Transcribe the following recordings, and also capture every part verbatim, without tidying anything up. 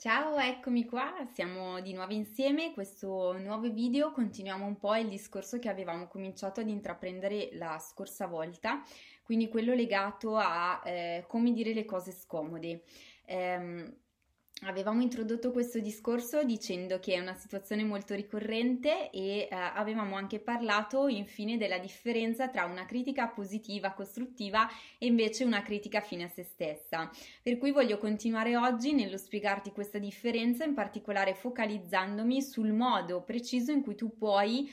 Ciao, eccomi qua, siamo di nuovo insieme. Questo nuovo video continuiamo un po' il discorso che avevamo cominciato ad intraprendere la scorsa volta, quindi quello legato a eh, come dire le cose scomode. Ehm, Avevamo introdotto questo discorso dicendo che è una situazione molto ricorrente e eh, avevamo anche parlato infine della differenza tra una critica positiva, costruttiva e invece una critica fine a se stessa. Per cui voglio continuare oggi nello spiegarti questa differenza, in particolare focalizzandomi sul modo preciso in cui tu puoi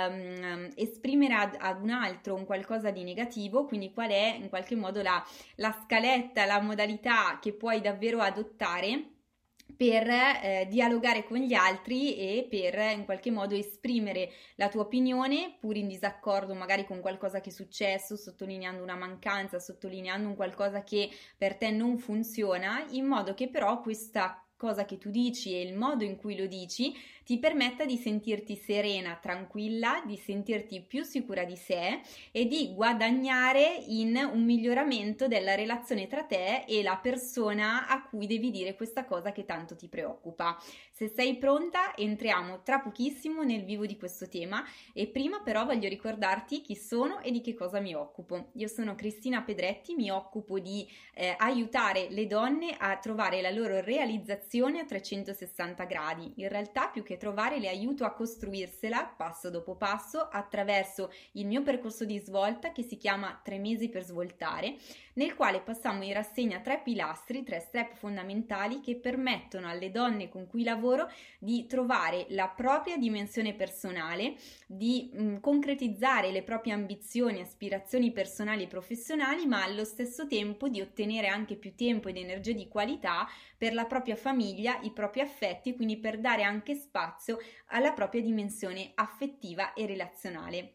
ehm, esprimere ad, ad un altro un qualcosa di negativo, quindi qual è in qualche modo la, la scaletta, la modalità che puoi davvero adottare per eh, dialogare con gli altri e per in qualche modo esprimere la tua opinione pur in disaccordo magari con qualcosa che è successo, sottolineando una mancanza, sottolineando un qualcosa che per te non funziona, in modo che però questa cosa che tu dici e il modo in cui lo dici ti permetta di sentirti serena, tranquilla, di sentirti più sicura di sé e di guadagnare in un miglioramento della relazione tra te e la persona a cui devi dire questa cosa che tanto ti preoccupa. Se sei pronta, entriamo tra pochissimo nel vivo di questo tema e prima però voglio ricordarti chi sono e di che cosa mi occupo. Io sono Cristina Pedretti, mi occupo di eh, aiutare le donne a trovare la loro realizzazione a trecentosessanta gradi. In realtà più che trovare le aiuto a costruirsela passo dopo passo attraverso il mio percorso di svolta che si chiama tre mesi per svoltare, nel quale passiamo in rassegna tre pilastri, tre step fondamentali che permettono alle donne con cui lavoro di trovare la propria dimensione personale, di mh, concretizzare le proprie ambizioni, aspirazioni personali e professionali, ma allo stesso tempo di ottenere anche più tempo ed energia di qualità per la propria famiglia, i propri affetti, quindi per dare anche spazio alla propria dimensione affettiva e relazionale.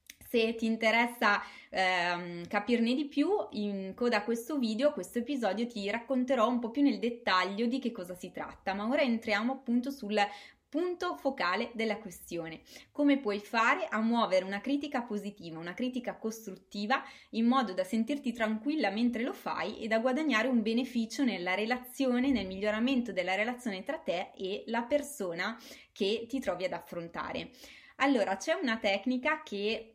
Se ti interessa ehm, capirne di più, in coda a questo video, questo episodio, ti racconterò un po' più nel dettaglio di che cosa si tratta, ma ora entriamo appunto sul punto focale della questione. Come puoi fare a muovere una critica positiva, una critica costruttiva, in modo da sentirti tranquilla mentre lo fai e da guadagnare un beneficio nella relazione, nel miglioramento della relazione tra te e la persona che ti trovi ad affrontare. Allora, c'è una tecnica che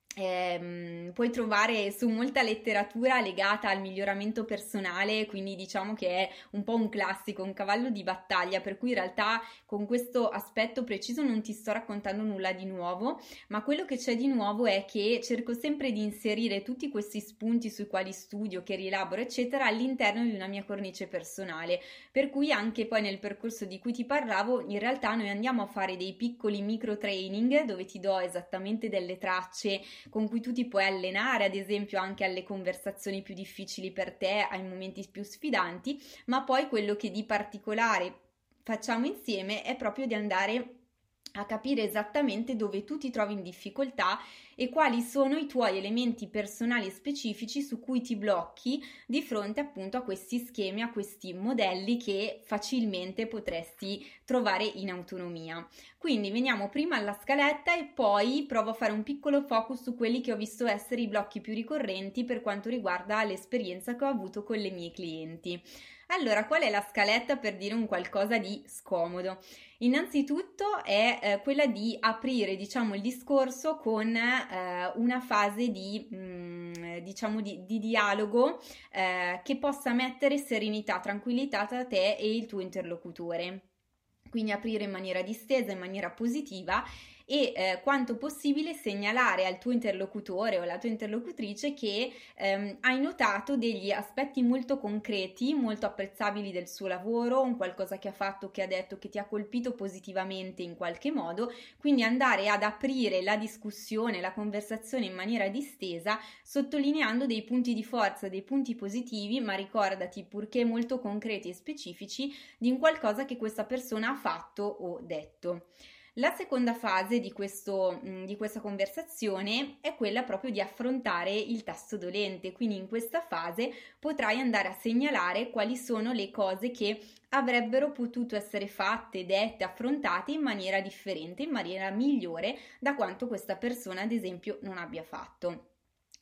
Ehm, puoi trovare su molta letteratura legata al miglioramento personale, quindi diciamo che è un po' un classico, un cavallo di battaglia, per cui in realtà con questo aspetto preciso non ti sto raccontando nulla di nuovo, ma quello che c'è di nuovo è che cerco sempre di inserire tutti questi spunti sui quali studio, che rielaboro, eccetera, all'interno di una mia cornice personale, per cui anche poi nel percorso di cui ti parlavo, in realtà noi andiamo a fare dei piccoli micro training dove ti do esattamente delle tracce con cui tu ti puoi allenare, ad esempio anche alle conversazioni più difficili per te, ai momenti più sfidanti, ma poi quello che di particolare facciamo insieme è proprio di andare a capire esattamente dove tu ti trovi in difficoltà e quali sono i tuoi elementi personali specifici su cui ti blocchi di fronte appunto a questi schemi, a questi modelli che facilmente potresti trovare in autonomia. Quindi veniamo prima alla scaletta e poi provo a fare un piccolo focus su quelli che ho visto essere i blocchi più ricorrenti per quanto riguarda l'esperienza che ho avuto con le mie clienti. Allora, qual è la scaletta per dire un qualcosa di scomodo? Innanzitutto è eh, quella di aprire, diciamo, il discorso con eh, una fase di, mh, diciamo, di, di dialogo eh, che possa mettere serenità, tranquillità tra te e il tuo interlocutore. Quindi aprire in maniera distesa, in maniera positiva e eh, quanto possibile segnalare al tuo interlocutore o alla tua interlocutrice che ehm, hai notato degli aspetti molto concreti, molto apprezzabili del suo lavoro, un qualcosa che ha fatto, che ha detto, che ti ha colpito positivamente in qualche modo, quindi andare ad aprire la discussione, la conversazione in maniera distesa, sottolineando dei punti di forza, dei punti positivi, ma ricordati, purché molto concreti e specifici, di un qualcosa che questa persona ha fatto o detto. La seconda fase di, questo, di questa conversazione è quella proprio di affrontare il tasto dolente, quindi in questa fase potrai andare a segnalare quali sono le cose che avrebbero potuto essere fatte, dette, affrontate in maniera differente, in maniera migliore da quanto questa persona ad esempio non abbia fatto.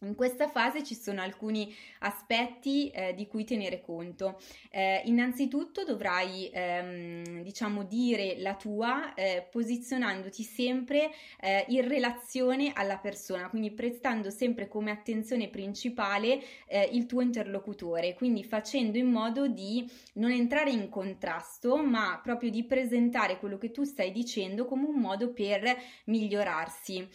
In questa fase ci sono alcuni aspetti eh, di cui tenere conto. Eh, innanzitutto dovrai, ehm, diciamo, dire la tua eh, posizionandoti sempre eh, in relazione alla persona, quindi prestando sempre come attenzione principale eh, il tuo interlocutore, quindi facendo in modo di non entrare in contrasto, ma proprio di presentare quello che tu stai dicendo come un modo per migliorarsi.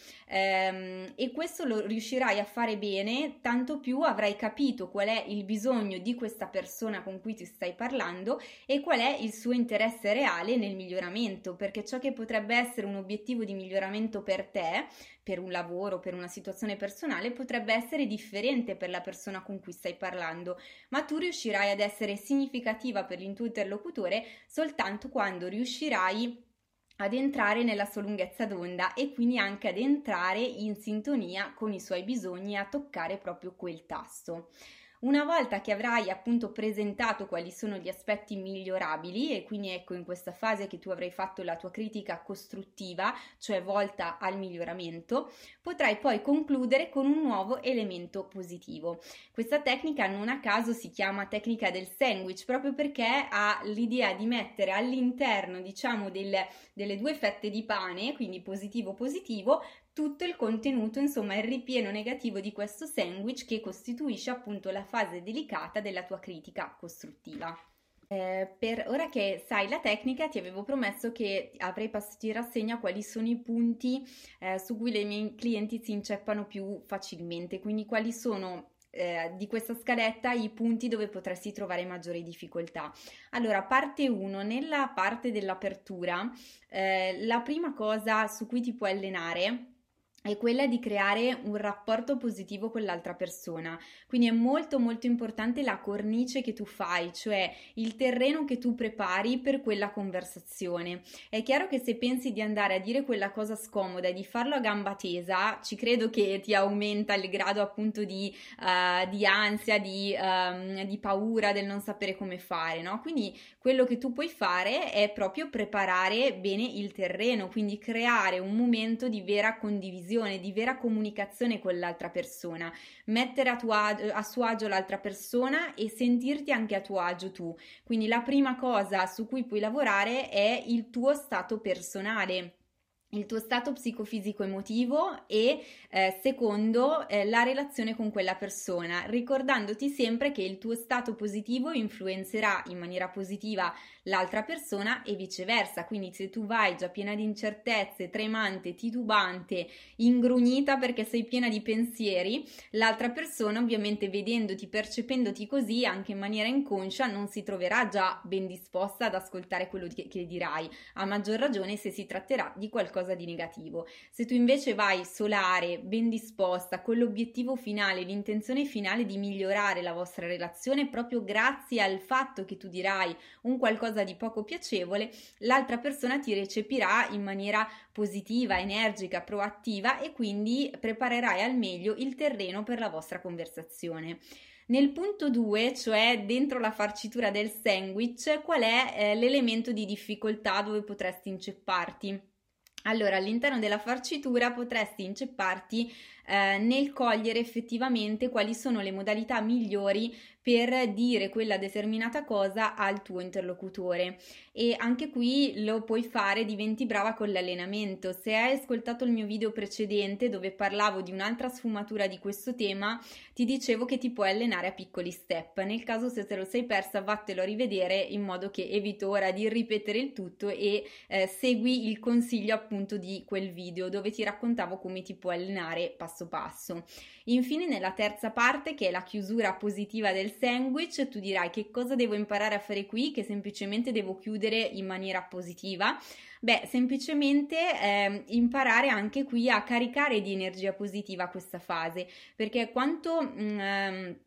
Ehm, e questo lo riuscirai a fare bene, tanto più avrai capito qual è il bisogno di questa persona con cui ti stai parlando e qual è il suo interesse reale nel miglioramento, perché ciò che potrebbe essere un obiettivo di miglioramento per te, per un lavoro, per una situazione personale, potrebbe essere differente per la persona con cui stai parlando, ma tu riuscirai ad essere significativa per il tuo interlocutore soltanto quando riuscirai ad entrare nella sua lunghezza d'onda e quindi anche ad entrare in sintonia con i suoi bisogni e a toccare proprio quel tasto. Una volta che avrai appunto presentato quali sono gli aspetti migliorabili, e quindi ecco in questa fase che tu avrai fatto la tua critica costruttiva, cioè volta al miglioramento, potrai poi concludere con un nuovo elemento positivo. Questa tecnica non a caso si chiama tecnica del sandwich, proprio perché ha l'idea di mettere all'interno, diciamo, del, delle due fette di pane, quindi positivo positivo, tutto il contenuto, insomma il ripieno negativo di questo sandwich che costituisce appunto la fase delicata della tua critica costruttiva. Eh, per ora che sai la tecnica, ti avevo promesso che avrei passato in rassegna quali sono i punti eh, su cui le mie clienti si inceppano più facilmente, quindi quali sono Eh, di questa scaletta i punti dove potresti trovare maggiori difficoltà. Allora, parte uno, nella parte dell'apertura, eh, la prima cosa su cui ti puoi allenare è quella di creare un rapporto positivo con l'altra persona, quindi è molto molto importante la cornice che tu fai, cioè il terreno che tu prepari per quella conversazione. È chiaro che se pensi di andare a dire quella cosa scomoda e di farlo a gamba tesa, ci credo che ti aumenta il grado appunto di, uh, di ansia, di, um, di paura del non sapere come fare, no? Quindi quello che tu puoi fare è proprio preparare bene il terreno, quindi creare un momento di vera condivisione, di vera comunicazione con l'altra persona, mettere a, tuo agio, a suo agio l'altra persona e sentirti anche a tuo agio tu. Quindi la prima cosa su cui puoi lavorare è il tuo stato personale, il tuo stato psicofisico emotivo e eh, secondo eh, la relazione con quella persona, ricordandoti sempre che il tuo stato positivo influenzerà in maniera positiva l'altra persona e viceversa. Quindi se tu vai già piena di incertezze, tremante, titubante, ingrugnita perché sei piena di pensieri, l'altra persona ovviamente vedendoti, percependoti così anche in maniera inconscia non si troverà già ben disposta ad ascoltare quello che, che dirai, a maggior ragione se si tratterà di qualcosa di negativo. Se tu invece vai solare, ben disposta, con l'obiettivo finale, l'intenzione finale di migliorare la vostra relazione proprio grazie al fatto che tu dirai un qualcosa di poco piacevole, l'altra persona ti recepirà in maniera positiva, energica, proattiva e quindi preparerai al meglio il terreno per la vostra conversazione. Nel punto due, cioè dentro la farcitura del sandwich, qual è eh, l'elemento di difficoltà dove potresti incepparti? Allora, all'interno della farcitura potresti incepparti eh, nel cogliere effettivamente quali sono le modalità migliori per dire quella determinata cosa al tuo interlocutore, e anche qui lo puoi fare, diventi brava con l'allenamento. Se hai ascoltato il mio video precedente dove parlavo di un'altra sfumatura di questo tema, ti dicevo che ti puoi allenare a piccoli step. Nel caso se te lo sei persa, vattelo a rivedere in modo che evito ora di ripetere il tutto e eh, segui il consiglio appunto di quel video dove ti raccontavo come ti puoi allenare passo passo. Infine, nella terza parte, che è la chiusura positiva del sandwich, tu dirai: che cosa devo imparare a fare qui, che semplicemente devo chiudere in maniera positiva? Beh, semplicemente eh, imparare anche qui a caricare di energia positiva questa fase, perché quanto mh,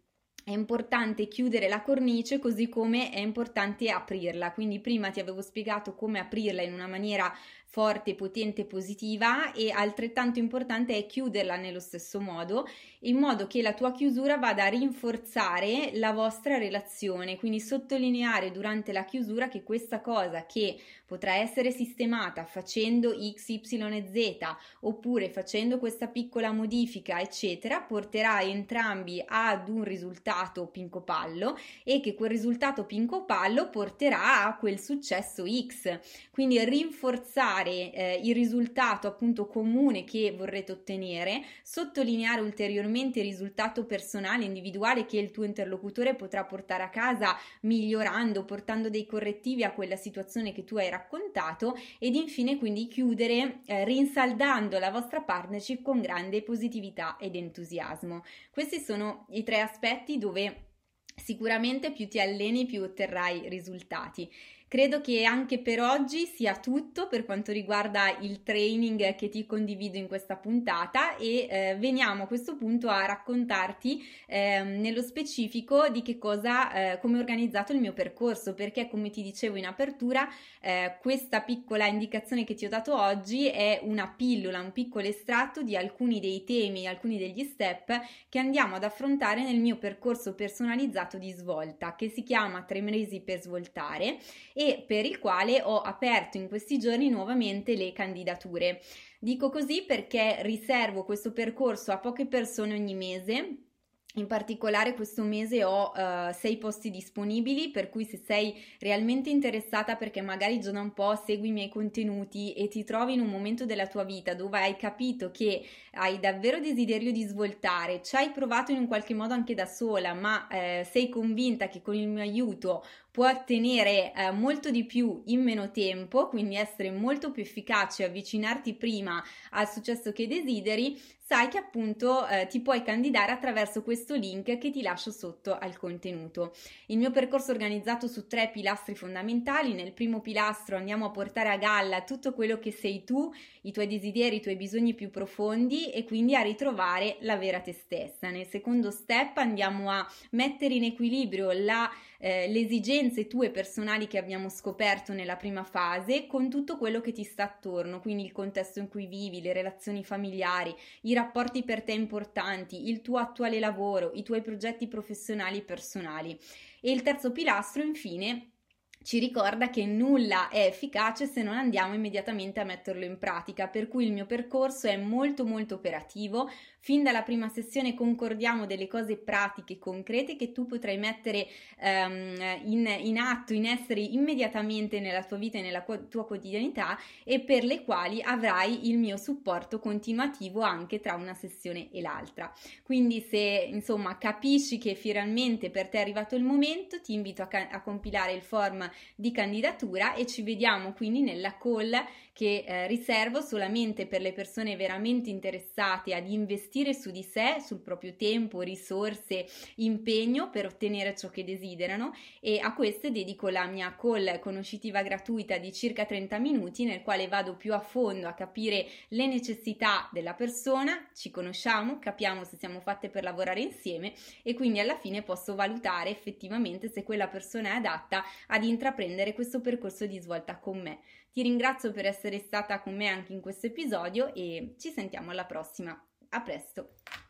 è importante chiudere la cornice così come è importante aprirla. Quindi prima ti avevo spiegato come aprirla in una maniera forte, potente, positiva, e altrettanto importante è chiuderla nello stesso modo, in modo che la tua chiusura vada a rinforzare la vostra relazione. Quindi sottolineare durante la chiusura che questa cosa, che potrà essere sistemata facendo X, Y e Z, oppure facendo questa piccola modifica, eccetera, porterà entrambi ad un risultato pinco pallo, e che quel risultato pinco pallo porterà a quel successo X. Quindi rinforzare eh, il risultato appunto comune che vorrete ottenere, sottolineare ulteriormente il risultato personale, individuale, che il tuo interlocutore potrà portare a casa migliorando, portando dei correttivi a quella situazione che tu hai raccontato, ed infine quindi chiudere eh, rinsaldando la vostra partnership con grande positività ed entusiasmo. Questi sono i tre aspetti dove sicuramente più ti alleni, più otterrai risultati. Credo che anche per oggi sia tutto per quanto riguarda il training che ti condivido in questa puntata, e eh, veniamo a questo punto a raccontarti eh, nello specifico di che cosa, eh, come ho organizzato il mio percorso, perché come ti dicevo in apertura, eh, questa piccola indicazione che ti ho dato oggi è una pillola, un piccolo estratto di alcuni dei temi, alcuni degli step che andiamo ad affrontare nel mio percorso personalizzato di svolta, che si chiama Tre mesi per svoltare, e per il quale ho aperto in questi giorni nuovamente le candidature. Dico così perché riservo questo percorso a poche persone ogni mese. In particolare questo mese ho uh, sei posti disponibili, per cui se sei realmente interessata, perché magari già da un po' segui i miei contenuti e ti trovi in un momento della tua vita dove hai capito che hai davvero desiderio di svoltare, ci hai provato in un qualche modo anche da sola, ma eh, sei convinta che con il mio aiuto puoi ottenere eh, molto di più in meno tempo, quindi essere molto più efficace, avvicinarti prima al successo che desideri, sai che appunto eh, ti puoi candidare attraverso questo link che ti lascio sotto al contenuto. Il mio percorso è organizzato su tre pilastri fondamentali. Nel primo pilastro andiamo a portare a galla tutto quello che sei tu, i tuoi desideri, i tuoi bisogni più profondi, e quindi a ritrovare la vera te stessa. Nel secondo step andiamo a mettere in equilibrio la Eh, le esigenze tue personali che abbiamo scoperto nella prima fase con tutto quello che ti sta attorno, quindi il contesto in cui vivi, le relazioni familiari, i rapporti per te importanti, il tuo attuale lavoro, i tuoi progetti professionali e personali. E il terzo pilastro, infine, ci ricorda che nulla è efficace se non andiamo immediatamente a metterlo in pratica, per cui il mio percorso è molto molto operativo. Fin dalla prima sessione concordiamo delle cose pratiche, concrete, che tu potrai mettere um, in, in atto, in essere immediatamente nella tua vita e nella tua quotidianità, e per le quali avrai il mio supporto continuativo anche tra una sessione e l'altra. Quindi se insomma capisci che finalmente per te è arrivato il momento, ti invito a, ca- a compilare il form di candidatura, e ci vediamo quindi nella call che eh, riservo solamente per le persone veramente interessate ad investire su di sé, sul proprio tempo, risorse, impegno per ottenere ciò che desiderano, e a queste dedico la mia call conoscitiva gratuita di circa trenta minuti, nel quale vado più a fondo a capire le necessità della persona, ci conosciamo, capiamo se siamo fatte per lavorare insieme, e quindi alla fine posso valutare effettivamente se quella persona è adatta ad intraprendere questo percorso di svolta con me. Ti ringrazio per essere stata con me anche in questo episodio, e ci sentiamo alla prossima. A presto!